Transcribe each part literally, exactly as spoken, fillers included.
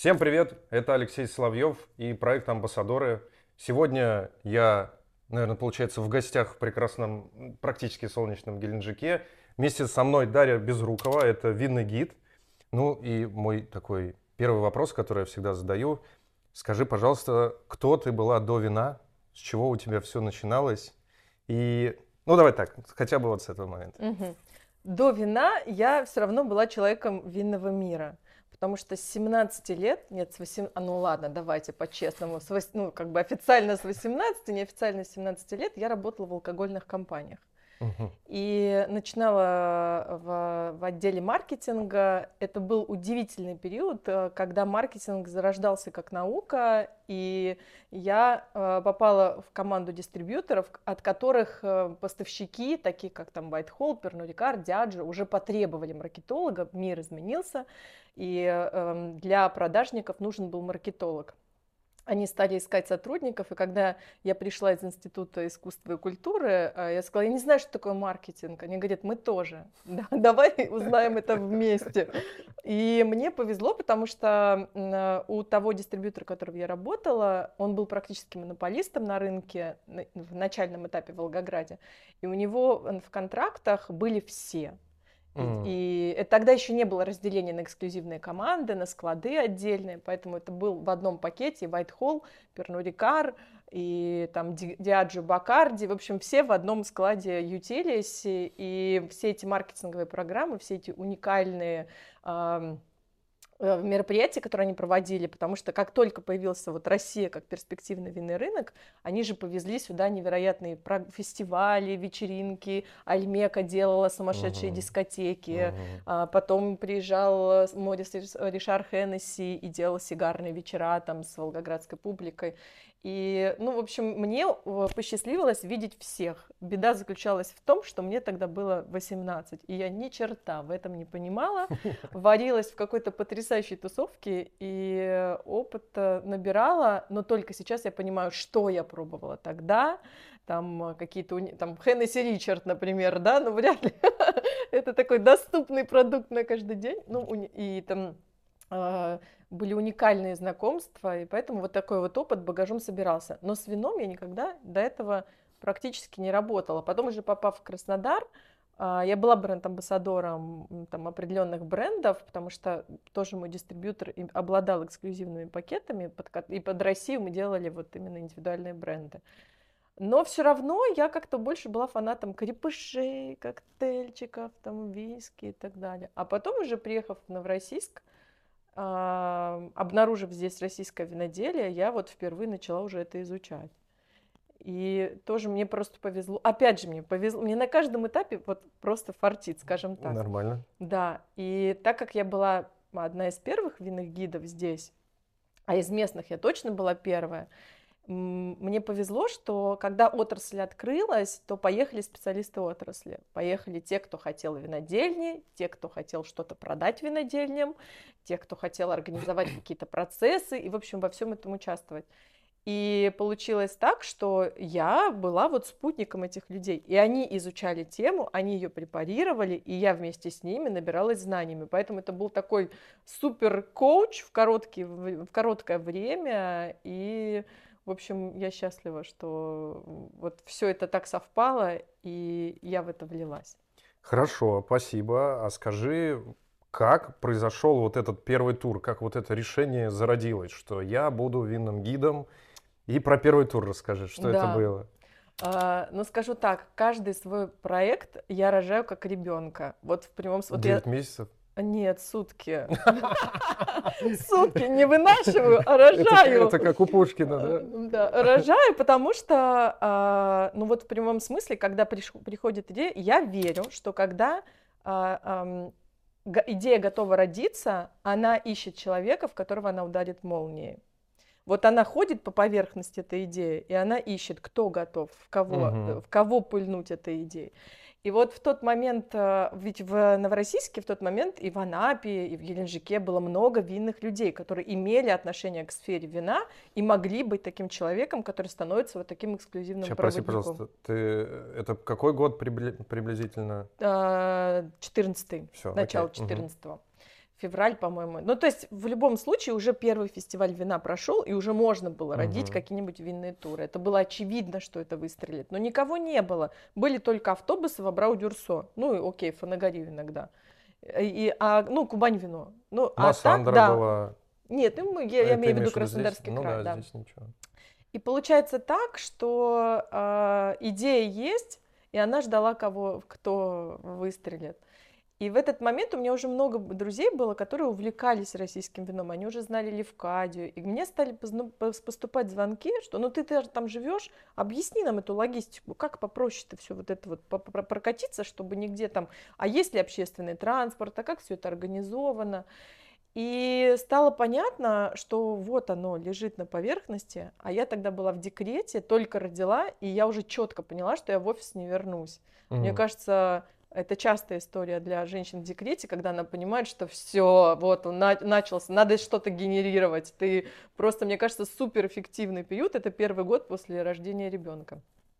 Всем привет, это Алексей Соловьев и проект «Амбассадоры». Сегодня я, наверное, получается, в гостях в прекрасном, практически солнечном Геленджике. Вместе со мной Дарья Безрукова, это винный гид. Ну и мой такой первый вопрос, который я всегда задаю. Скажи, пожалуйста, кто ты была до вина, с чего у тебя все начиналось? И, ну давай так, хотя бы вот с этого момента. Угу. До вина я все равно была человеком винного мира. Потому что с семнадцати лет, нет, с восемнадцати, а ну ладно, давайте по-честному, с вось, ну как бы официально с восемнадцати, неофициально с семнадцати лет я работала в алкогольных компаниях. Угу. И начинала в, в отделе маркетинга. Это был удивительный период, когда маркетинг зарождался как наука, и я попала в команду дистрибьюторов, от которых поставщики, такие как там Whitehall, Pernod Ricard, Diageo, уже потребовали маркетолога. Мир изменился, и для продажников нужен был маркетолог. Они стали искать сотрудников, и когда я пришла из Института искусства и культуры, я сказала, я не знаю, что такое маркетинг. Они говорят, мы тоже. Да, давай узнаем это вместе. И мне повезло, потому что у того дистрибьютора, которого я работала, он был практически монополистом на рынке в начальном этапе в Волгограде. И у него в контрактах были все. Mm. И это, тогда еще не было разделения на эксклюзивные команды, на склады отдельные, поэтому это был в одном пакете Whitehall, Pernod Ricard и там Diageo, Bacardi, в общем, все в одном складе ютились, и все эти маркетинговые программы, все эти уникальные э, мероприятия, которые они проводили, потому что как только появился вот Россия как перспективный винный рынок, они же повезли сюда невероятные фестивали, вечеринки, Альмека делала сумасшедшие uh-huh. дискотеки, uh-huh. а потом приезжал Морис Ришар Хеннесси и делал сигарные вечера там с волгоградской публикой. И, ну, в общем, мне посчастливилось видеть всех. Беда заключалась в том, что мне тогда было восемнадцать, и я ни черта в этом не понимала, варилась в какой-то потрясающей тусовке и опыт набирала, но только сейчас я понимаю, что я пробовала тогда, там какие-то, там, Хеннесси Ричард, например, да, ну, вряд ли, это такой доступный продукт на каждый день, ну, и там... были уникальные знакомства, и поэтому вот такой вот опыт багажом собирался. Но с вином я никогда до этого практически не работала. Потом уже попав в Краснодар, я была бренд-амбассадором там, определенных брендов, потому что тоже мой дистрибьютор обладал эксклюзивными пакетами, и под Россию мы делали вот именно индивидуальные бренды. Но все равно я как-то больше была фанатом крепышей, коктейльчиков, там, виски и так далее. А потом уже приехав в Новороссийск, обнаружив здесь российское виноделие, я вот впервые начала уже это изучать. И тоже мне просто повезло. Опять же, мне повезло. Мне на каждом этапе вот просто фартит, скажем так. Нормально. Да. И так как я была одна из первых винных гидов здесь, а из местных я точно была первая, мне повезло, что когда отрасль открылась, то поехали специалисты отрасли. Поехали те, кто хотел винодельни, те, кто хотел что-то продать винодельням, те, кто хотел организовать какие-то процессы и, в общем, во всем этом участвовать. И получилось так, что я была вот спутником этих людей. И они изучали тему, они ее препарировали, и я вместе с ними набиралась знаниями. Поэтому это был такой супер-коуч в, короткий, в короткое время. И, в общем, я счастлива, что вот все это так совпало, и я в это влилась. Хорошо, спасибо. А скажи, как произошел вот этот первый тур? Как вот это решение зародилось, что я буду винным гидом? И про первый тур расскажи, что да. это было. А, ну, скажу так, каждый свой проект я рожаю как ребенка. Вот в прямом смысле. девять месяцев? Нет, сутки. Сутки не вынашиваю, а рожаю. Это как у Пушкина, да? Да, рожаю, потому что, ну вот в прямом смысле, когда приходит идея, я верю, что когда идея готова родиться, она ищет человека, в которого она ударит молнией. Вот она ходит по поверхности этой идеи, и она ищет, кто готов, в кого, uh-huh. в кого пыльнуть этой идеей. И вот в тот момент, ведь в Новороссийске в тот момент и в Анапе, и в Геленджике было много винных людей, которые имели отношение к сфере вина и могли быть таким человеком, который становится вот таким эксклюзивным Сейчас, проводником. Прости, пожалуйста, ты, это какой год приблизительно? четырнадцатый, Все, начало четырнадцатого. Угу. февраль, по-моему. Ну, то есть в любом случае уже первый фестиваль вина прошел, и уже можно было родить Мгм. какие-нибудь винные туры. Это было очевидно, что это выстрелит. Но никого не было. Были только автобусы в Абрау-Дюрсо. Ну, и окей, Фанагорию иногда. И, а, ну, Кубань-вино. Ну, а так, Массандра да. была. Нет, ну, мы- я, А я ты имею в виду имеешь в виду здесь? Краснодарский Ну край, да, да. здесь ничего. И получается так, что э, идея есть, и она ждала кого, кто выстрелит. И в этот момент у меня уже много друзей было, которые увлекались российским вином, они уже знали Левкадию, и мне стали позну- пос- поступать звонки, что ну ты, ты там живешь, объясни нам эту логистику, как попроще-то все вот это вот по- по- прокатиться, чтобы нигде там, а есть ли общественный транспорт, а как все это организовано. И стало понятно, что вот оно лежит на поверхности, а я тогда была в декрете, только родила, и я уже четко поняла, что я в офис не вернусь. Мне Мгм. кажется, это частая история для женщин в декрете, когда она понимает, что все, вот он на- начался, надо что-то генерировать. Ты просто, мне кажется, суперэффективный период, это первый год после рождения ребенка.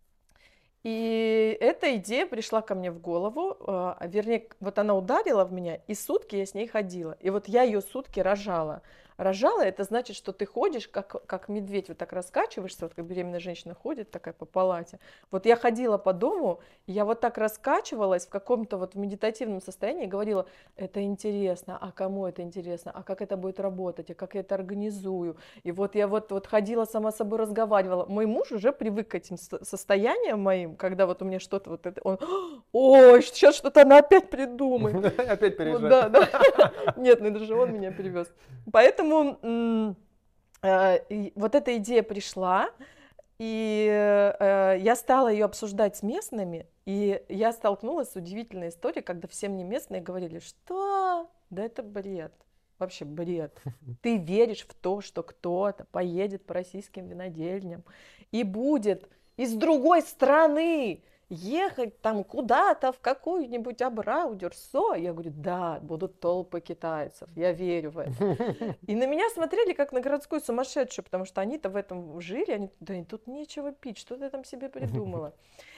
И эта идея пришла ко мне в голову, а, вернее, вот она ударила в меня, и сутки я с ней ходила. И вот я ее сутки рожала. Рожала, это значит, что ты ходишь, как, как медведь, вот так раскачиваешься, вот как беременная женщина ходит такая по палате. Вот я ходила по дому, и я вот так раскачивалась в каком-то вот медитативном состоянии и говорила, это интересно, а кому это интересно, а как это будет работать, а как я это организую. И вот я вот, вот ходила, сама с собой разговаривала. Мой муж уже привык к этим со- состояниям моим, когда вот у меня что-то вот это, он, ой, сейчас что-то она опять придумает. Опять Вот, переезжать. да, да. Нет, ну это же он меня привез. Поэтому м, э, и вот эта идея пришла, и э, я стала ее обсуждать с местными, и я столкнулась с удивительной историей, когда все мне местные говорили, что да это бред, вообще бред. Ты веришь в то, что кто-то поедет по российским винодельням и будет из другой страны ехать там куда-то в какую-нибудь Абрау-Дюрсо? Я говорю, да, будут толпы китайцев, я верю в это. И на меня смотрели как на городскую сумасшедшую, потому что они-то в этом жили, они, да и тут нечего пить, что ты там себе придумала?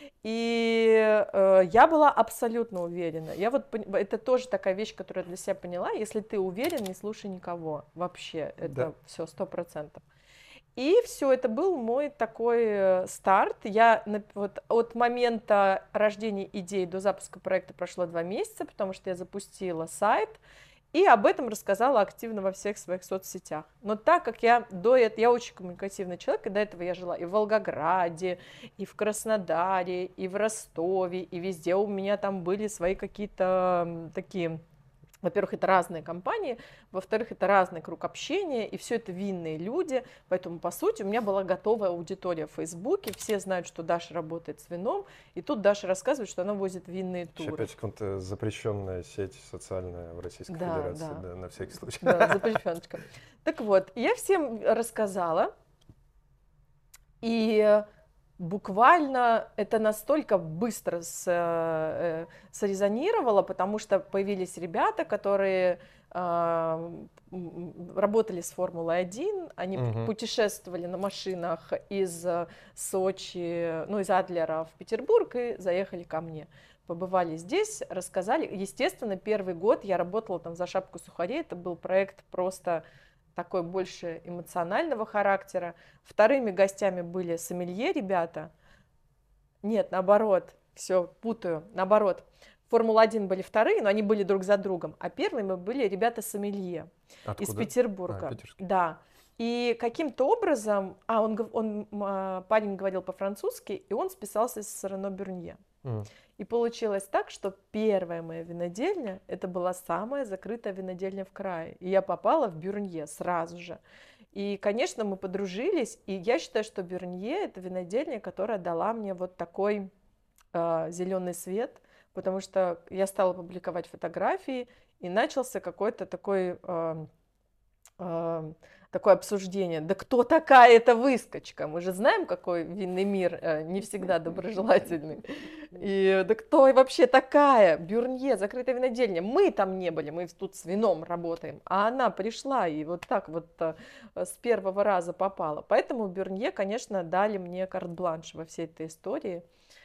И э, я была абсолютно уверена. Я вот пон- это тоже такая вещь, которую я для себя поняла. Если ты уверен, не слушай никого. Вообще, Да. это все сто процентов. И все, это был мой такой э, старт. Я на- вот от момента рождения идеи до запуска проекта прошло два месяца, потому что я запустила сайт и об этом рассказала активно во всех своих соцсетях. Но так как я до этого, я очень коммуникативный человек, и до этого я жила и в Волгограде, и в Краснодаре, и в Ростове, и везде у меня там были свои какие-то м, такие, во-первых, это разные компании, во-вторых, это разный круг общения, и все это винные люди, поэтому, по сути, у меня была готовая аудитория в Фейсбуке, все знают, что Даша работает с вином, и тут Даша рассказывает, что она возит винные Еще туры. пять секунд. э, Запрещенная сеть социальная в Российской Да, Федерации, да. да, на всякий случай. Да, запрещеночка. Так вот, я всем рассказала, и буквально это настолько быстро с, э, срезонировало, потому что появились ребята, которые а, м, работали с Формулой один, они Мгм. путешествовали на машинах из э, Сочи, ну, из Адлера в Петербург и заехали ко мне. Побывали здесь, рассказали. Естественно, первый год я работала там за шапку сухарей, это был проект просто такой больше эмоционального характера. Вторыми гостями были сомелье ребята. Нет, наоборот, все путаю, наоборот. Формула один были вторые, но они были друг за другом. А первыми были ребята сомелье из Откуда? А, Петербурга. питерский. Да. И каким-то образом, а он, гов- он а, парень говорил по-французски, и он списался с Рено Бюрнье. М. И получилось так, что первая моя винодельня, это была самая закрытая винодельня в крае. И я попала в Бюрнье сразу же. И, конечно, мы подружились, и я считаю, что Бюрнье – это винодельня, которая дала мне вот такой э, зеленый свет, потому что я стала публиковать фотографии, и начался какой-то такой э, э, такое обсуждение. Да кто такая эта выскочка? Мы же знаем, какой винный мир э, не всегда доброжелательный. И да кто вообще такая? Бюрнье, закрытая винодельня. Мы там не были, мы тут с вином работаем. А она пришла и вот так вот э, с первого раза попала. Поэтому Бюрнье, конечно, дали мне карт-бланш во всей этой истории.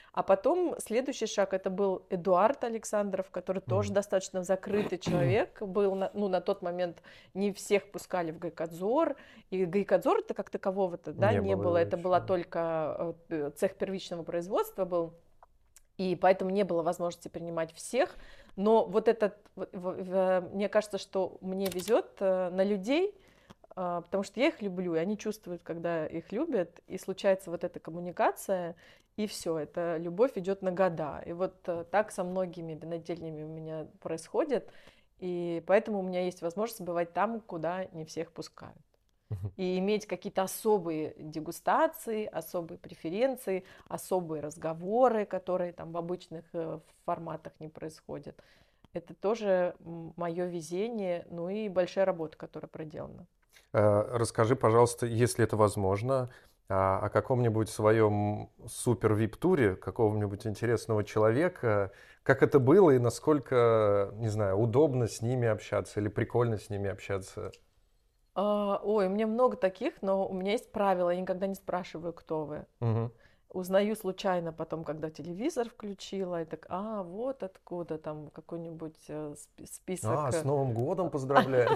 А потом следующий шаг это был Эдуард Александров, который тоже достаточно закрытый человек был. На, ну, на тот момент не всех пускали в Гайкадзор. И Гайкадзора-то как такового-то да, не, не было. было. Это еще. была только цех первичного производства был. И поэтому не было возможности принимать всех. Но вот этот, мне кажется, что мне везет на людей, потому что я их люблю, и они чувствуют, когда их любят, и случается вот эта коммуникация, и все, эта любовь идет на года. И вот так со многими винодельнями у меня происходит, и поэтому у меня есть возможность бывать там, куда не всех пускают. И иметь какие-то особые дегустации, особые преференции, особые разговоры, которые там в обычных форматах не происходят. Это тоже мое везение, ну и большая работа, которая проделана. Расскажи, пожалуйста, если это возможно, о каком-нибудь своем супер-вип-туре какого-нибудь интересного человека, как это было и насколько, не знаю, удобно с ними общаться или прикольно с ними общаться. А, ой, у меня много таких, но у меня есть правило, я никогда не спрашиваю, кто вы. Угу. Узнаю случайно потом, когда телевизор включила, и так, а, вот откуда там какой-нибудь список. А, с Новым годом поздравляю.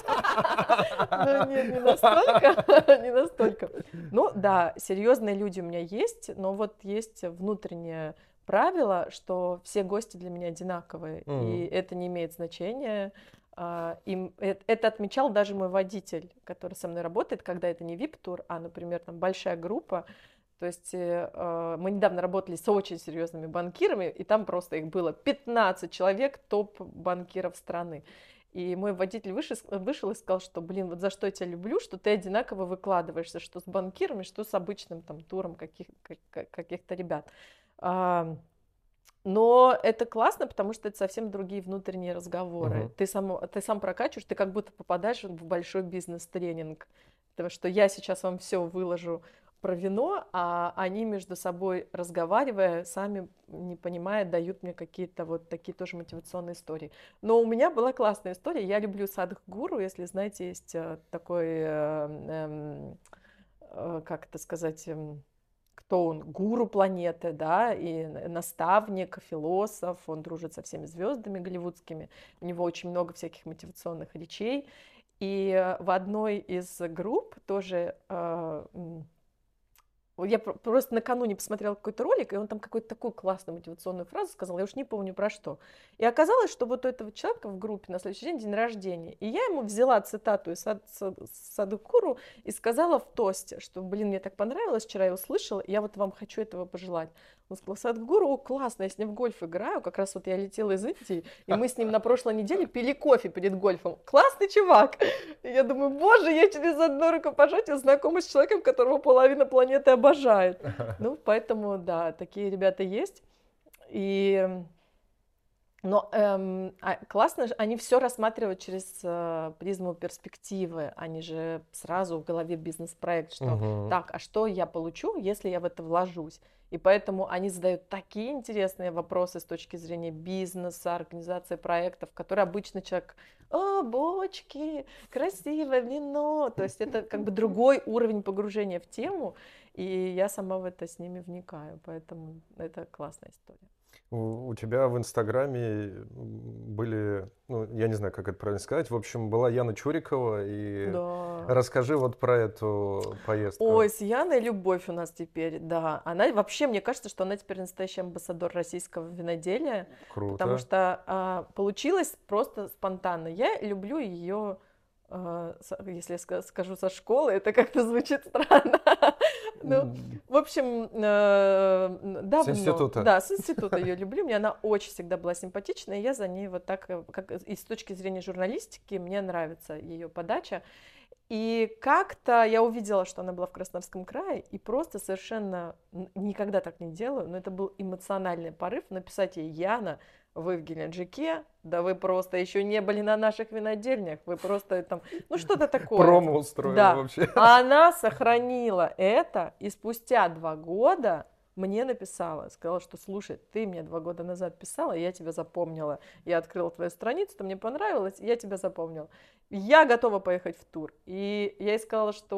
Ну нет, не настолько, не настолько. Ну да, серьезные люди у меня есть, но вот есть внутреннее правило, что все гости для меня одинаковые, и это не имеет значения. И это отмечал даже мой водитель, который со мной работает, когда это не вип-тур, а, например, там большая группа. То есть э, мы недавно работали с очень серьезными банкирами, и там просто их было пятнадцать человек, топ-банкиров страны. И мой водитель вышел, вышел и сказал, что, блин, вот за что я тебя люблю, что ты одинаково выкладываешься, что с банкирами, что с обычным там туром каких, как, каких-то ребят. А, но это классно, потому что это совсем другие внутренние разговоры. Uh-huh. Ты, сам, ты сам прокачиваешь, ты как будто попадаешь в большой бизнес-тренинг. Потому что я сейчас вам все выложу про вино, а они между собой разговаривая, сами не понимая, дают мне какие-то вот такие тоже мотивационные истории. Но у меня была классная история. Я люблю Садхгуру, если знаете, есть такой, э, э, как это сказать, э, кто он, гуру планеты, да, и наставник, философ, он дружит со всеми звездами голливудскими, у него очень много всяких мотивационных речей. И в одной из групп тоже... Э, Я просто накануне посмотрела какой-то ролик, и он там какую-то такую классную мотивационную фразу сказал, я уж не помню про что. И оказалось, что вот у этого человека в группе на следующий день день рождения. И я ему взяла цитату из Садхгуру и сказала в тосте, что, блин, мне так понравилось, вчера я услышала, и я вот вам хочу этого пожелать. Он сказал, Садхгуру, о, классно, я с ним в гольф играю, как раз вот я летела из Индии, и мы с ним на прошлой неделе пили кофе перед гольфом. Классный чувак! И я думаю, боже, я через одно рукопожатие знакома с человеком, которого половина планеты обожает. Ну, поэтому, да, такие ребята есть. И... Но эм, классно, они все рассматривают через э, призму перспективы, они же сразу в голове бизнес-проект, что uh-huh. так, а что я получу, если я в это вложусь? И поэтому они задают такие интересные вопросы с точки зрения бизнеса, организации проектов, которые обычно человек, о, бочки, красивое вино, то есть это как бы другой уровень погружения в тему, и я сама в это с ними вникаю, поэтому это классная история. У, у тебя в Инстаграме были, ну, я не знаю, как это правильно сказать, в общем, была Яна Чурикова, и да. Расскажи вот про эту поездку. Ой, с Яной любовь у нас теперь, да. Она вообще, мне кажется, что она теперь настоящий амбассадор российского виноделия. Круто. Потому что а, получилось просто спонтанно. Я люблю ее... Если я скажу со школы, это как-то звучит странно. Ну, в общем, давно. С института. Да, с института ее люблю. Мне она очень всегда была симпатичная, и я за ней вот так, как и с точки зрения журналистики, мне нравится ее подача. И как-то я увидела, что она была в Краснодарском крае, и просто совершенно никогда так не делаю, но это был эмоциональный порыв написать ей: Яна, вы в Геленджике, да вы просто еще не были на наших винодельнях, вы просто там, ну что-то такое. Промо устроила да. вообще. А она сохранила это, и спустя два года мне написала, сказала, что слушай, ты мне два года назад писала, я тебя запомнила, я открыла твою страницу, ты мне понравилась, я тебя запомнила. Я готова поехать в тур. И я ей сказала, что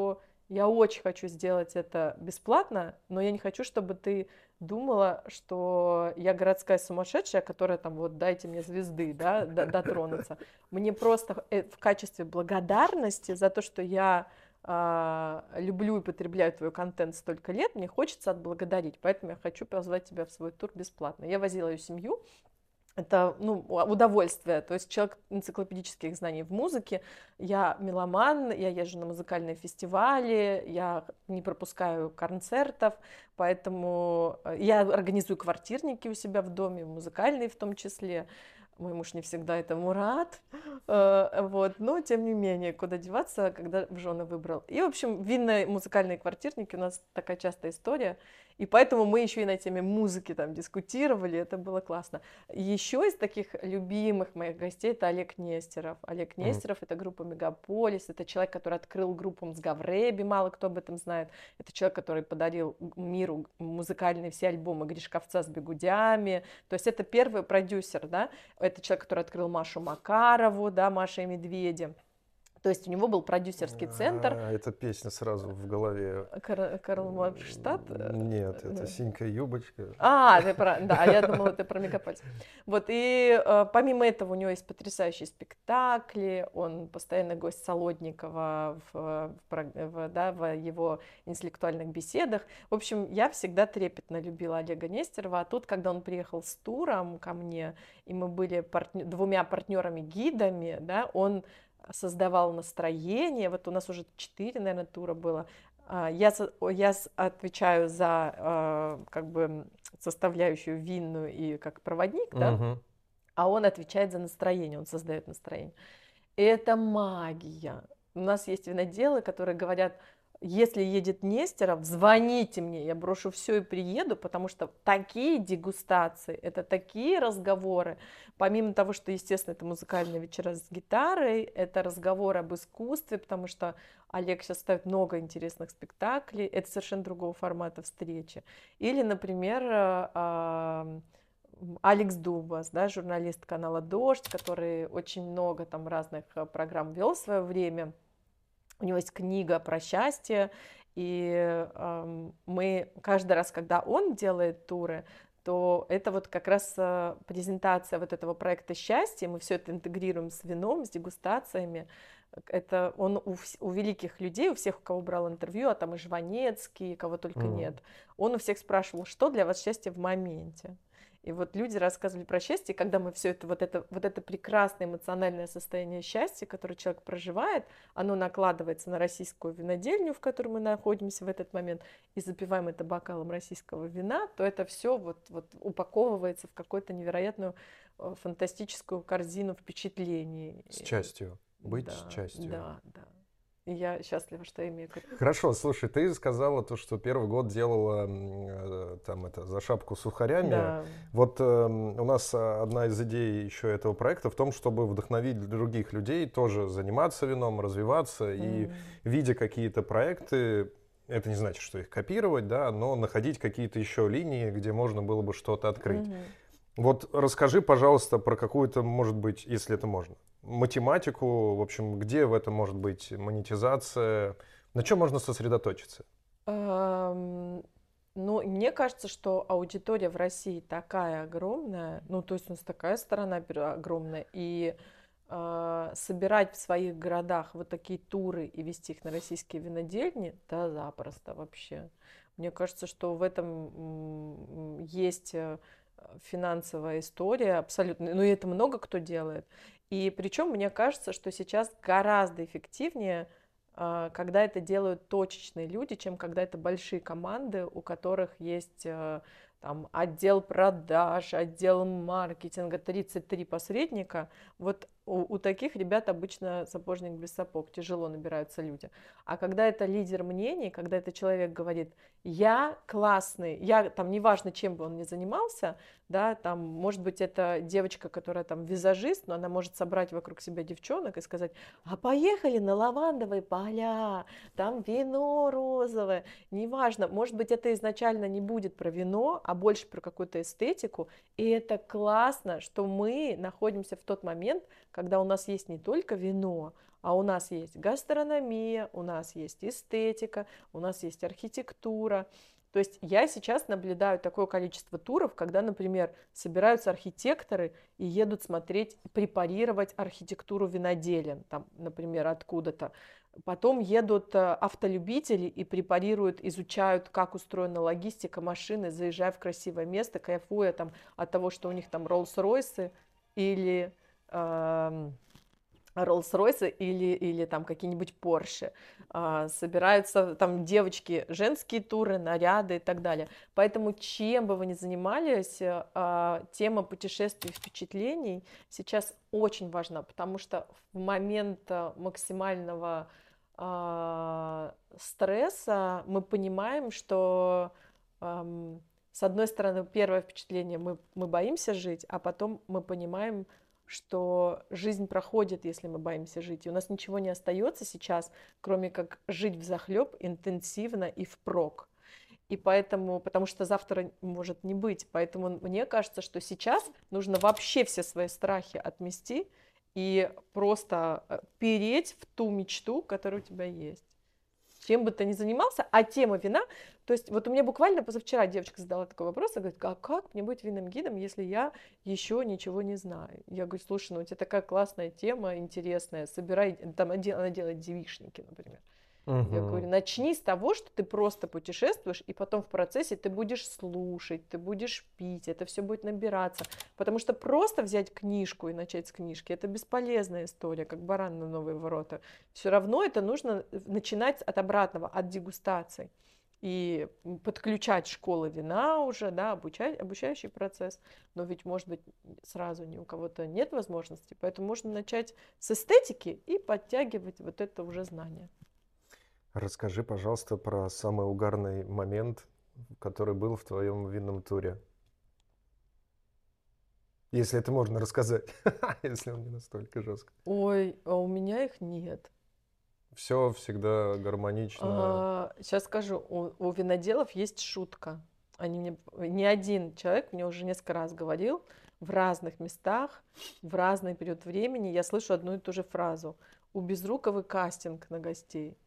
я очень хочу сделать это бесплатно, но я не хочу, чтобы ты думала, что я городская сумасшедшая, которая там вот дайте мне звезды, да, дотронуться. Мне просто в качестве благодарности за то, что я а, люблю и потребляю твой контент столько лет, мне хочется отблагодарить, поэтому я хочу позвать тебя в свой тур бесплатно. Я возила ее семью. Это, ну, удовольствие, то есть человек энциклопедических знаний в музыке. Я меломан, я езжу на музыкальные фестивали, я не пропускаю концертов, поэтому я организую квартирники у себя в доме, музыкальные в том числе. Мой муж не всегда этому рад, вот, но тем не менее, куда деваться, когда в жены выбрал. И, в общем, винные музыкальные квартирники у нас такая частая история, и поэтому мы еще и на теме музыки там дискутировали, это было классно. Еще из таких любимых моих гостей это Олег Нестеров. Олег Нестеров mm-hmm. это группа Мегаполис, это человек, который открыл группу Мзгавреби, мало кто об этом знает. Это человек, который подарил миру музыкальные все альбомы Гришковца с Бигудями, то есть это первый продюсер, да. Это человек, который открыл Машу Макарову, да, Маша и Медведи. То есть у него был продюсерский центр. А, эта песня сразу в голове. Кар- Карл Маркштадт? Нет, это «Синька юбочка». А, ты про... да, я думала, это про Мегаполис. Вот, и э, помимо этого у него есть потрясающие спектакли, он постоянный гость Солодникова в, в, в, да, в его интеллектуальных беседах. В общем, я всегда трепетно любила Олега Нестерова, а тут, когда он приехал с туром ко мне, и мы были партнер... двумя партнерами-гидами, да, он создавал настроение. Вот у нас уже четыре, наверное, тура было. Я, я отвечаю за как бы составляющую винную и как проводник, да, uh-huh. а он отвечает за настроение, он создает настроение. И это магия. У нас есть виноделы, которые говорят: если едет Нестеров, звоните мне, я брошу все и приеду, потому что такие дегустации, это такие разговоры. Помимо того, что, естественно, это музыкальные вечера с гитарой, это разговор об искусстве, потому что Олег сейчас ставит много интересных спектаклей, это совершенно другого формата встречи. Или, например, Алекс Дубас, да, журналист канала «Дождь», который очень много там разных программ вел в свое время. У него есть книга про счастье, и э, мы каждый раз, когда он делает туры, то это вот как раз э, презентация вот этого проекта счастья, мы все это интегрируем с вином, с дегустациями. Это он у, у великих людей, у всех, у кого брал интервью, а там и Жванецкий, и кого только mm. нет, он у всех спрашивал, что для вас счастье в моменте. И вот люди рассказывали про счастье, когда мы все это, вот это, вот это прекрасное эмоциональное состояние счастья, которое человек проживает, оно накладывается на российскую винодельню, в которой мы находимся в этот момент, и запиваем это бокалом российского вина, то это все вот, вот упаковывается в какую-то невероятную фантастическую корзину впечатлений. С частью. Быть да, частью. Да, да. И я счастлива, что я имею. Хорошо, слушай, ты сказала то, что первый год делала э, там это за шапку сухарями. Да. Вот э, у нас одна из идей еще этого проекта в том, чтобы вдохновить других людей тоже заниматься вином, развиваться mm. и видя какие-то проекты, это не значит, что их копировать, да, но находить какие-то еще линии, где можно было бы что-то открыть. Mm-hmm. Вот расскажи, пожалуйста, про какую-то, может быть, если это можно, математику, в общем, где в этом может быть монетизация, на чем можно сосредоточиться? Um, ну, мне кажется, что аудитория в России такая огромная, ну, то есть у нас такая сторона огромная, и uh, собирать в своих городах вот такие туры и вести их на российские винодельни, да, запросто вообще. Мне кажется, что в этом есть финансовая история абсолютно, ну, и это много кто делает. И причем мне кажется, что сейчас гораздо эффективнее, когда это делают точечные люди, чем когда это большие команды, у которых есть там отдел продаж, отдел маркетинга, тридцать три посредника. Вот у, у таких ребят обычно сапожник без сапог, тяжело набираются люди. А когда это лидер мнений, когда это человек говорит: я классный, я там, неважно, чем бы он ни занимался, да, там, может быть, это девочка, которая там визажист, но она может собрать вокруг себя девчонок и сказать: а поехали на лавандовые поля, там вино розовое, неважно, может быть, это изначально не будет про вино, а больше про какую-то эстетику, и это классно, что мы находимся в тот момент, когда у нас есть не только вино, А у нас есть гастрономия, у нас есть эстетика, у нас есть архитектура. То есть я сейчас наблюдаю такое количество туров, когда, например, собираются архитекторы и едут смотреть, препарировать архитектуру виноделин, там, например, откуда-то. Потом едут автолюбители и препарируют, изучают, как устроена логистика машины, заезжая в красивое место, кайфуя там от того, что у них там Роллс-Ройсы или... Э- Роллс-Ройсы или, или там какие-нибудь Порше. А, собираются там девочки, женские туры, наряды и так далее. Поэтому чем бы вы ни занимались, а, тема путешествий и впечатлений сейчас очень важна, потому что в момент максимального а, стресса мы понимаем, что а, с одной стороны, первое впечатление, мы, мы боимся жить, а потом мы понимаем, что жизнь проходит, если мы боимся жить. И у нас ничего не остается сейчас, кроме как жить взахлеб, интенсивно и впрок. И поэтому, потому что завтра может не быть. Поэтому мне кажется, что сейчас нужно вообще все свои страхи отмести и просто переть в ту мечту, которая у тебя есть. Чем бы ты ни занимался, а тема вина, то есть вот у меня буквально позавчера девочка задала такой вопрос, и говорит, а как мне быть винным гидом, если я еще ничего не знаю? Я говорю, слушай, ну у тебя такая классная тема, интересная, собирай, там она делает девичники, например. Uh-huh. Я говорю, начни с того, что ты просто путешествуешь, и потом в процессе ты будешь слушать, ты будешь пить, это все будет набираться. Потому что просто взять книжку и начать с книжки, это бесполезная история, как баран на новые ворота. Все равно это нужно начинать от обратного, от дегустаций. И подключать школы вина уже, да, обучать, обучающий процесс. Но ведь, может быть, сразу ни у кого-то нет возможности. Поэтому можно начать с эстетики и подтягивать вот это уже знание. Расскажи, пожалуйста, про самый угарный момент, который был в твоем винном туре. Если это можно рассказать, если он не настолько жестко. Ой, а у меня их нет. Все всегда гармонично. А, сейчас скажу, у, у виноделов есть шутка. Они мне, ни один человек мне уже несколько раз говорил в разных местах, в разный период времени. Я слышу одну и ту же фразу. У Безруковой кастинг на гостей.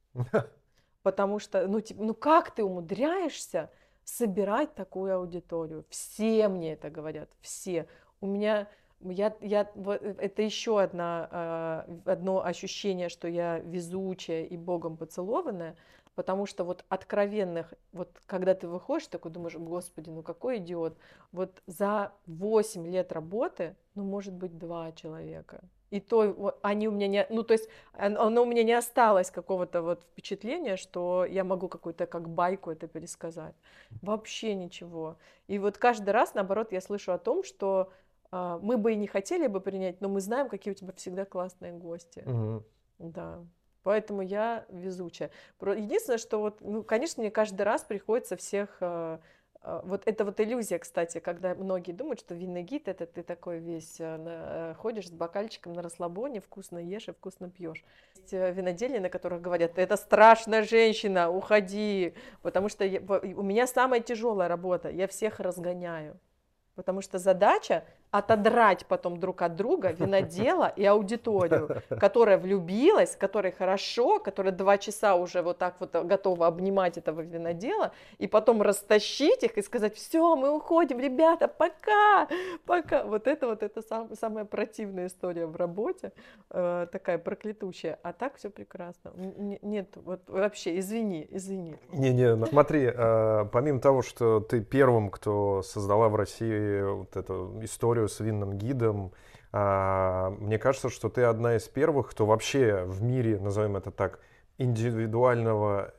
Потому что, ну, типа, ну как ты умудряешься собирать такую аудиторию? Все мне это говорят, все. У меня, я, я, вот, это еще одна, одно ощущение, что я везучая и Богом поцелованная, потому что вот откровенных, вот когда ты выходишь, такой думаешь, господи, ну какой идиот. Вот за восемь лет работы, ну, может быть, два человека. И то они у меня не, ну то есть оно у меня не осталось какого-то вот впечатления, что я могу какую-то как байку это пересказать. Вообще ничего. И вот каждый раз, наоборот, я слышу о том, что а, мы бы и не хотели бы принять, но мы знаем, какие у тебя всегда классные гости. Угу. Да. Поэтому я везучая. Единственное, что вот, ну, конечно, мне каждый раз приходится всех... Вот это вот иллюзия, кстати, когда многие думают, что винный гид — это ты такой весь на, ходишь с бокальчиком на расслабоне, вкусно ешь и вкусно пьешь. Есть винодельни, на которых говорят, это страшная женщина, уходи, потому что я, у меня самая тяжелая работа, я всех разгоняю. Потому что задача отодрать потом друг от друга винодела и аудиторию, которая влюбилась, которой хорошо, которая два часа уже вот так вот готова обнимать этого винодела, и потом растащить их и сказать, все, мы уходим, ребята, пока, пока. Вот это вот это сам, самая противная история в работе, э, такая проклятущая. А так все прекрасно. Н- нет, вот вообще, извини, извини. Не-не, смотри, э, помимо того, что ты первым, кто создала в России вот эту историю с винным гидом, а, мне кажется, что ты одна из первых, кто вообще в мире, назовем это так, индивидуального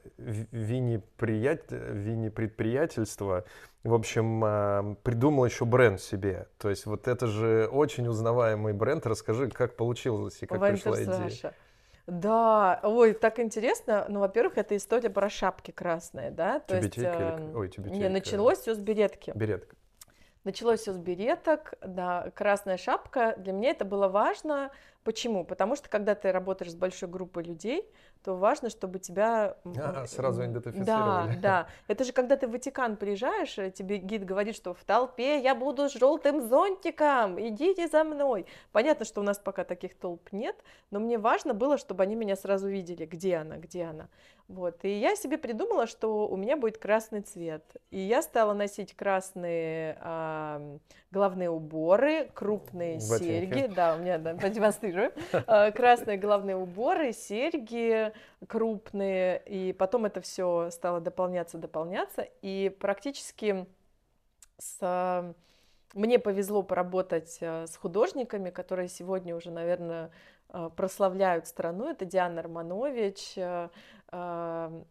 вини-предприятельства, в общем, а, придумал еще бренд себе. То есть вот это же очень узнаваемый бренд. Расскажи, как получилось и как пришла идея. Да, ой, так интересно. Ну, во-первых, это история про шапки красные, да? То тюбетейка есть, или... Ой, тюбетейка. Не, началось все с беретки. Беретка. Началось все с береток, да, красная шапка. Для меня это было важно, Почему? Потому что когда ты работаешь с большой группой людей, то важно, чтобы тебя... А, сразу идентифицировали. Да, да. Это же когда ты в Ватикан приезжаешь, тебе гид говорит, что в толпе я буду с желтым зонтиком, идите за мной. Понятно, что у нас пока таких толп нет, но мне важно было, чтобы они меня сразу видели, где она, где она. Вот. И я себе придумала, что у меня будет красный цвет. И я стала носить красные а, головные уборы, крупные Ботинки. серьги. Да, у меня, да, продемонстрирую. А, красные головные уборы, серьги крупные. И потом это все стало дополняться, дополняться. И практически с... мне повезло поработать с художниками, которые сегодня уже, наверное, прославляют страну. Это Диана Романович, там,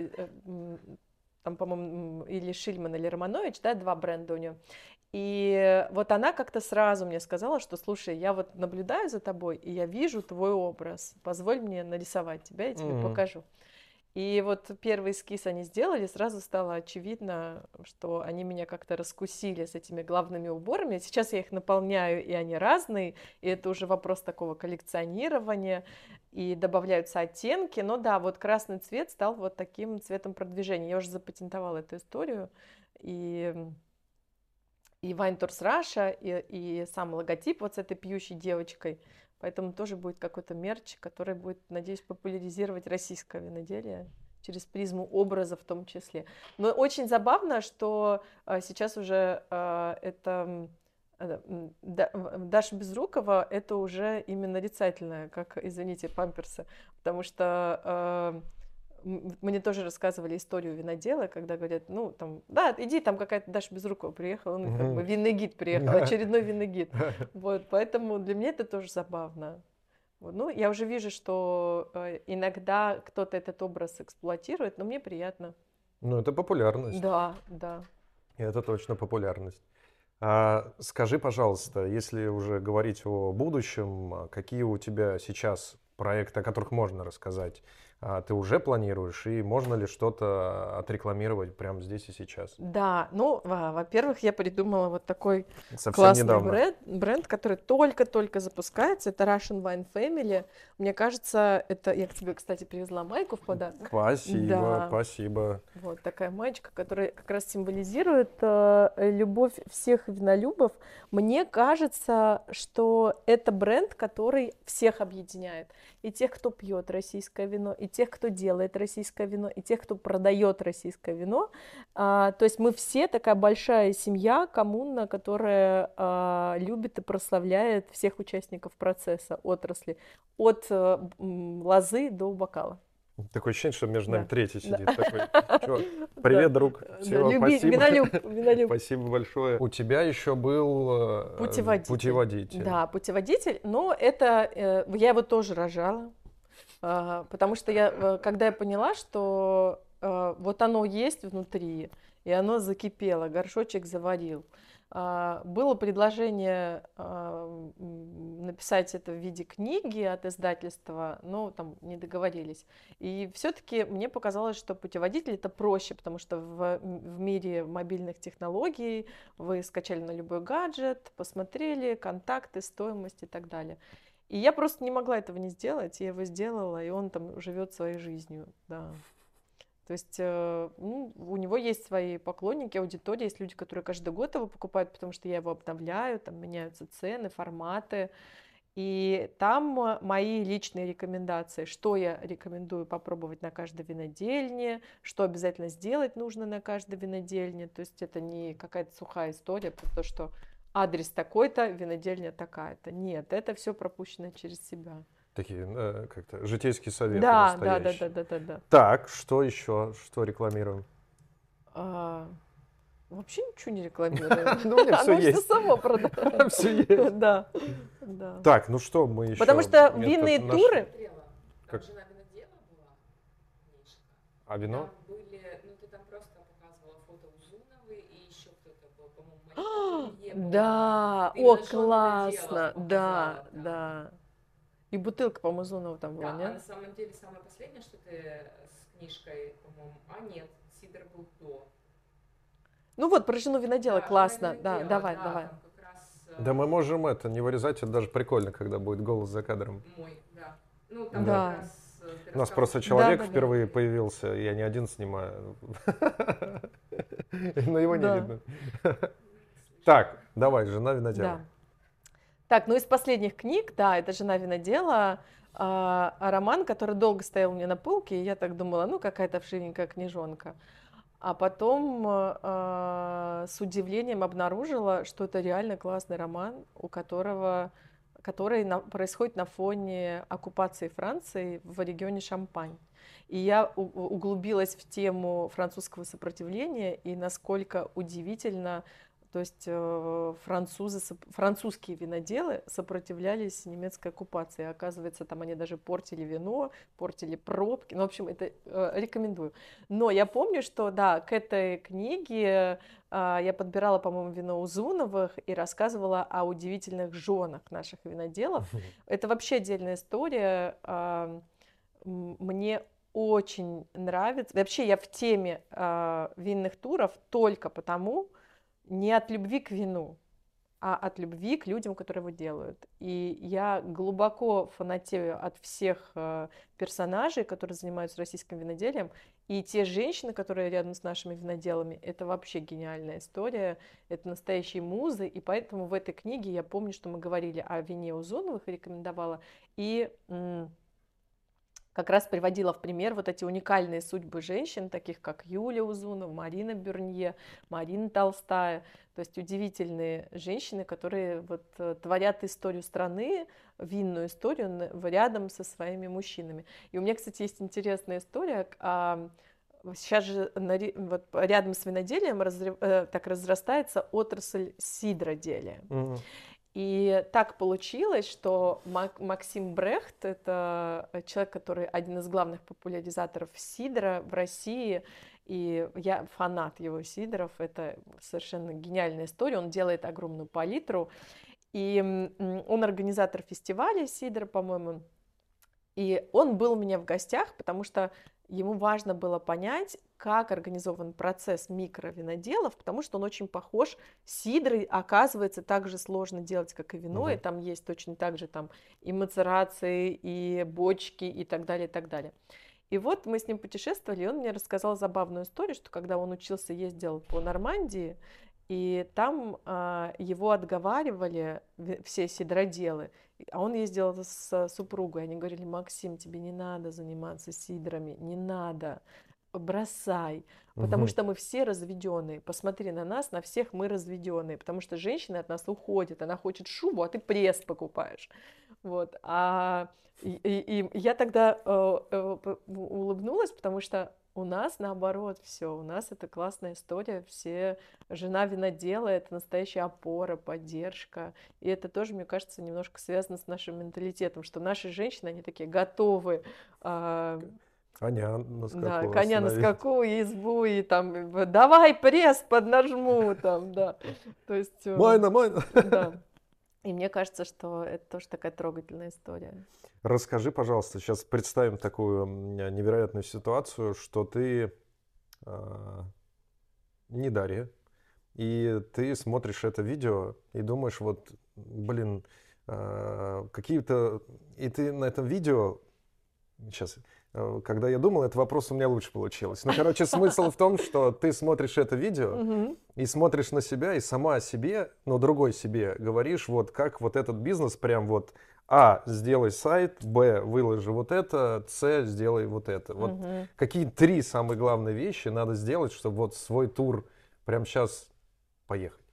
по-моему, или Шильман, или Романович, да, два бренда у нее. И вот она как-то сразу мне сказала, что, слушай, я вот наблюдаю за тобой, и я вижу твой образ, позволь мне нарисовать тебя, я тебе mm-hmm. покажу. И вот первый эскиз они сделали, сразу стало очевидно, что они меня как-то раскусили с этими главными уборами. Сейчас я их наполняю, и они разные, и это уже вопрос такого коллекционирования, и добавляются оттенки. Но да, вот красный цвет стал вот таким цветом продвижения. Я уже запатентовала эту историю, и, и Wine Tours Russia, и, и сам логотип вот с этой пьющей девочкой. Поэтому тоже будет какой-то мерч, который будет, надеюсь, популяризировать российское виноделие через призму образа в том числе. Но очень забавно, что а, сейчас уже а, это а, Даша Безрукова, это уже именно нарицательное, как, извините, памперсы, потому что а, мне тоже рассказывали историю винодела, когда говорят, ну, там, да, иди, там какая-то Даша Безрукова приехала, ну, как бы винный гид приехал, очередной винный гид. Вот, поэтому для меня это тоже забавно. Вот, ну, я уже вижу, что э, иногда кто-то этот образ эксплуатирует, но мне приятно. Ну, это популярность. Да, да. Это точно популярность. А, скажи, пожалуйста, если уже говорить о будущем, какие у тебя сейчас проекты, о которых можно рассказать, ты уже планируешь, и можно ли что-то отрекламировать прямо здесь и сейчас? Да, ну, во-первых, я придумала вот такой Совсем классный недавно. бренд, бренд, который только-только запускается, это Russian Wine Family. Мне кажется, это, я к тебе, кстати, привезла майку в подарок. Спасибо, да. спасибо. Вот такая маечка, которая как раз символизирует э, любовь всех винолюбов. Мне кажется, что это бренд, который всех объединяет. И тех, кто пьет российское вино, и тех, кто делает российское вино, и тех, кто продает российское вино. А, то есть мы все такая большая семья, коммуна, которая а, любит и прославляет всех участников процесса, отрасли, от а, лозы до бокала. Такое ощущение, что между нами да. третий сидит. Да. Такой, чувак, привет, друг. Все, да, люби, спасибо. Винолюб, винолюб. Спасибо большое. У тебя еще был путеводитель. путеводитель. Да, путеводитель, но это я его тоже рожала, потому что я, когда я поняла, что вот оно есть внутри, и оно закипело, горшочек заварил. Было предложение написать это в виде книги от издательства, но там не договорились. И все-таки мне показалось, что путеводитель это проще, потому что в, в мире мобильных технологий вы скачали на любой гаджет, посмотрели контакты, стоимость и так далее. И я просто не могла этого не сделать, я его сделала, и он там живет своей жизнью, да. То есть ну, у него есть свои поклонники, аудитория, есть люди, которые каждый год его покупают, потому что я его обновляю, там меняются цены, форматы. И там мои личные рекомендации, что я рекомендую попробовать на каждой винодельне, что обязательно сделать нужно на каждой винодельне. То есть это не какая-то сухая история про то, что адрес такой-то, винодельня такая-то. Нет, это все пропущено через себя. Такие э, как-то житейские советы. Да, да, да, да, да, да, да. Так, что еще? Что рекламируем? А, вообще ничего не рекламируем. Ну, у меня все есть. Оно все само продает. Все есть. Да. Так, ну что мы еще? Потому что винные туры... Как жена винодела была, а вино? Там были, ну ты там просто показывала фото Узуновой и еще кто-то был, по-моему, да, о, классно, да, да. И бутылка, по-моему, Узунова там была, да, нет? А на самом деле самое последнее, что ты с книжкой, по-моему, а нет, Сидор был до. Ну вот, про жену винодела, да, классно, винодела, да, давай, да, давай. Там как раз Да мы можем это не вырезать, это даже прикольно, когда будет голос за кадром. Мой, да. Ну, там Да. как раз э, ты У нас рассказывал, просто человек Да, да, да. впервые появился, я не один снимаю. Но его не Да. видно. Так, давай, жена винодела. Да. Так, ну из последних книг, да, это «Жена винодела», а, а роман, который долго стоял у меня на полке, и я так думала, ну какая-то вшивенькая книжонка. А потом а, с удивлением обнаружила, что это реально классный роман, у которого, который на- происходит на фоне оккупации Франции в регионе Шампань. И я у- у- углубилась в тему французского сопротивления и насколько удивительно, то есть э, французы, соп- французские виноделы сопротивлялись немецкой оккупации. Оказывается, там они даже портили вино, портили пробки. Ну, в общем, это э, рекомендую. Но я помню, что, да, к этой книге а, я подбирала, по-моему, вино Узуновых и рассказывала о удивительных женах наших виноделов. Это вообще отдельная история. а, м, Мне очень нравится. Вообще я в теме а, винных туров только потому, не от любви к вину, а от любви к людям, которые его делают. И я глубоко фанатею от всех э, персонажей, которые занимаются российским виноделием. И те женщины, которые рядом с нашими виноделами, это вообще гениальная история. Это настоящие музы. И поэтому в этой книге я помню, что мы говорили о вине Узуновых, рекомендовала. И м, как раз приводила в пример вот эти уникальные судьбы женщин, таких как Юлия Узунова, Марина Бюрнье, Марина Толстая. То есть удивительные женщины, которые вот э, творят историю страны, винную историю н- в- рядом со своими мужчинами. И у меня, кстати, есть интересная история. а, Сейчас же на ре- вот рядом с виноделием разрев- э, так разрастается отрасль сидроделия. Мгм. И так получилось, что Мак- Максим Брехт — это человек, который один из главных популяризаторов сидра в России, и я фанат его сидров, это совершенно гениальная история, он делает огромную палитру, и м, он организатор фестиваля сидра, по-моему, и он был у меня в гостях, потому что ему важно было понять, как организован процесс микровиноделов, потому что он очень похож. Сидры, оказывается, так же сложно делать, как и вино, Мгм. и там есть точно так же там и мацерации, и бочки, и так далее, и так далее. И вот мы с ним путешествовали, и он мне рассказал забавную историю, что когда он учился, ездил по Нормандии, и там а, его отговаривали ви- все сидроделы, и- а он ездил с супругой, они говорили: Максим, тебе не надо заниматься сидрами, не надо, бросай, потому Мгм. что мы все разведенные, посмотри на нас, на всех мы разведенные, потому что женщины от нас уходят, она хочет шубу, а ты пресс покупаешь, вот, а и, и- и я тогда э, э, п- улыбнулась, потому что у нас наоборот все, у нас это классная история, все, жена винодела — это настоящая опора, поддержка, и это тоже, мне кажется, немножко связано с нашим менталитетом, что наши женщины, они такие готовы, а, Коня на да, скаку коня на остановить. скаку и избу, и там э, давай пресс поднажму, там, да, то есть, э, Майна, майна. да, и мне кажется, что это тоже такая трогательная история. Расскажи, пожалуйста, сейчас представим такую м, невероятную ситуацию, что ты а, не Дарья, и ты смотришь это видео и думаешь, вот, блин, а, какие-то... И ты на этом видео... Сейчас, э, когда я думал, этот вопрос у меня лучше получилось. Ну, короче, смысл в том, что ты смотришь это видео Мгм. и смотришь на себя, и сама о себе, но другой себе говоришь, вот как вот этот бизнес прям вот: А, сделай сайт, Б, выложи вот это, С, сделай вот это. Вот Мгм. какие три самые главные вещи надо сделать, чтобы вот свой тур прямо сейчас поехать.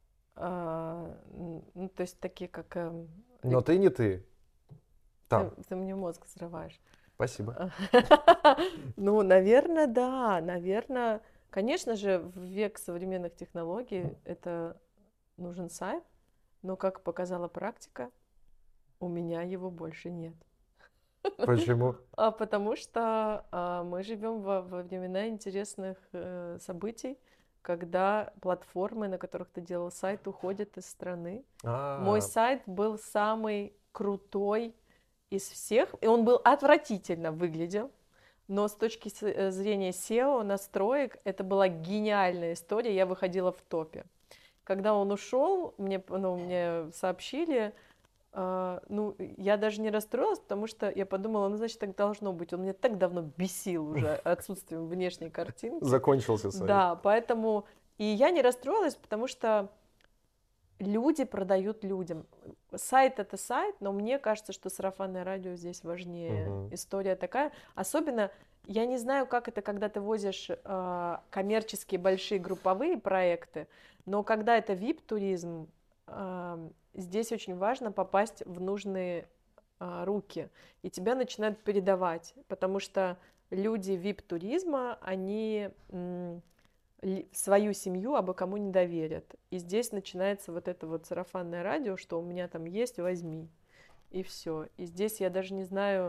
А, н- ну, то есть такие, как... эм, Но рек- ты не ты. ты, Там. ты мне мозг взрываешь. Спасибо. Ну, наверное, да, наверное. Конечно же, в век современных технологий это нужен сайт, но, как показала практика, у меня его больше нет. Почему? А потому что а, мы живем во, во времена интересных э, событий, когда платформы, на которых ты делал сайт, уходят из страны. Мой А, сайт был самый крутой из всех, и он был отвратительно выглядел, но с точки с- э, зрения сео, настроек, это была гениальная история, я выходила в топе. когда он ушел, мне, ну, мне сообщили, э, ну, я даже не расстроилась, потому что я подумала, ну, значит, так должно быть. Он меня так давно бесил уже отсутствием внешней картинки. Закончился сайт. Да, поэтому... И я не расстроилась, потому что люди продают людям. Сайт — это сайт, но мне кажется, что сарафанное радио здесь важнее. Мгм. История такая. Особенно, я не знаю, как это, когда ты возишь э, коммерческие большие групповые проекты, но когда это ви ай пи-туризм, э, здесь очень важно попасть в нужные э, руки, и тебя начинают передавать, потому что люди ви ай пи-туризма, они... м, ли- свою семью абы кому не доверят. И здесь начинается вот это вот сарафанное радио, что у меня там есть, возьми. И все. И здесь я даже не знаю,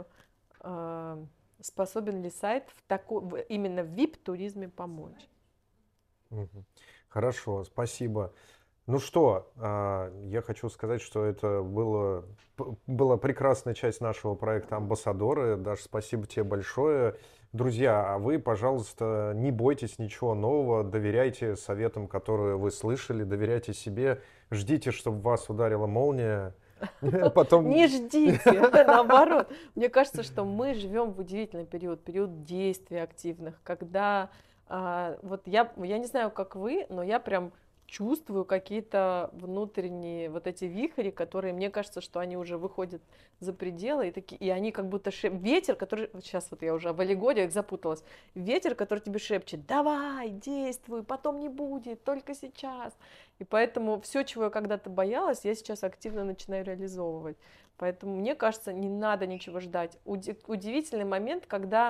а, способен ли сайт в тако- в- именно в ви ай пи-туризме помочь. Мгм. Хорошо, спасибо. Ну что, а, я хочу сказать, что это было, п- была прекрасная часть нашего проекта «Амбассадоры». Даш, спасибо тебе большое. Друзья, а вы, пожалуйста, не бойтесь ничего нового, доверяйте советам, которые вы слышали, доверяйте себе, ждите, чтобы вас ударила молния. Потом... Не ждите, наоборот. Мне кажется, что мы живем в удивительный период, период действий активных, когда а, вот я, я не знаю, как вы, но я прям чувствую какие-то внутренние вот эти вихри, которые, мне кажется, что они уже выходят за пределы, и, такие, и они как будто шеп... ветер, который, вот сейчас вот я уже в аллегориях запуталась, ветер, который тебе шепчет: давай, действуй, потом не будет, только сейчас. И поэтому все, чего я когда-то боялась, я сейчас активно начинаю реализовывать. Поэтому мне кажется, не надо ничего ждать. Уди- удивительный момент, когда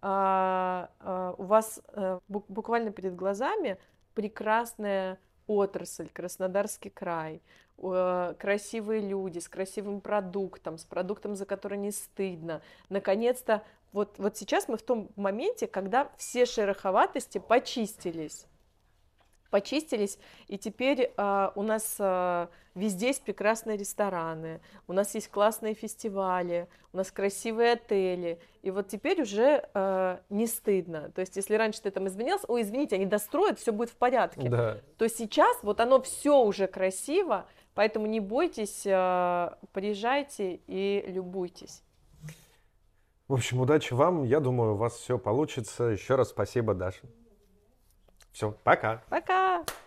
а, а, у вас а, бу- буквально перед глазами прекрасная отрасль, Краснодарский край, э, красивые люди с красивым продуктом, с продуктом, за который не стыдно. Наконец-то, вот, вот сейчас мы в том моменте, когда все шероховатости почистились. Почистились, и теперь э, у нас э, везде есть прекрасные рестораны, у нас есть классные фестивали, у нас красивые отели, и вот теперь уже э, не стыдно. То есть, если раньше ты там извинялся, ой, извините, они достроят, все будет в порядке, Да. то сейчас вот оно все уже красиво, поэтому не бойтесь, э, приезжайте и любуйтесь. В общем, удачи вам. Я думаю, у вас все получится. Еще раз спасибо, Даша. Все, пока. Пока!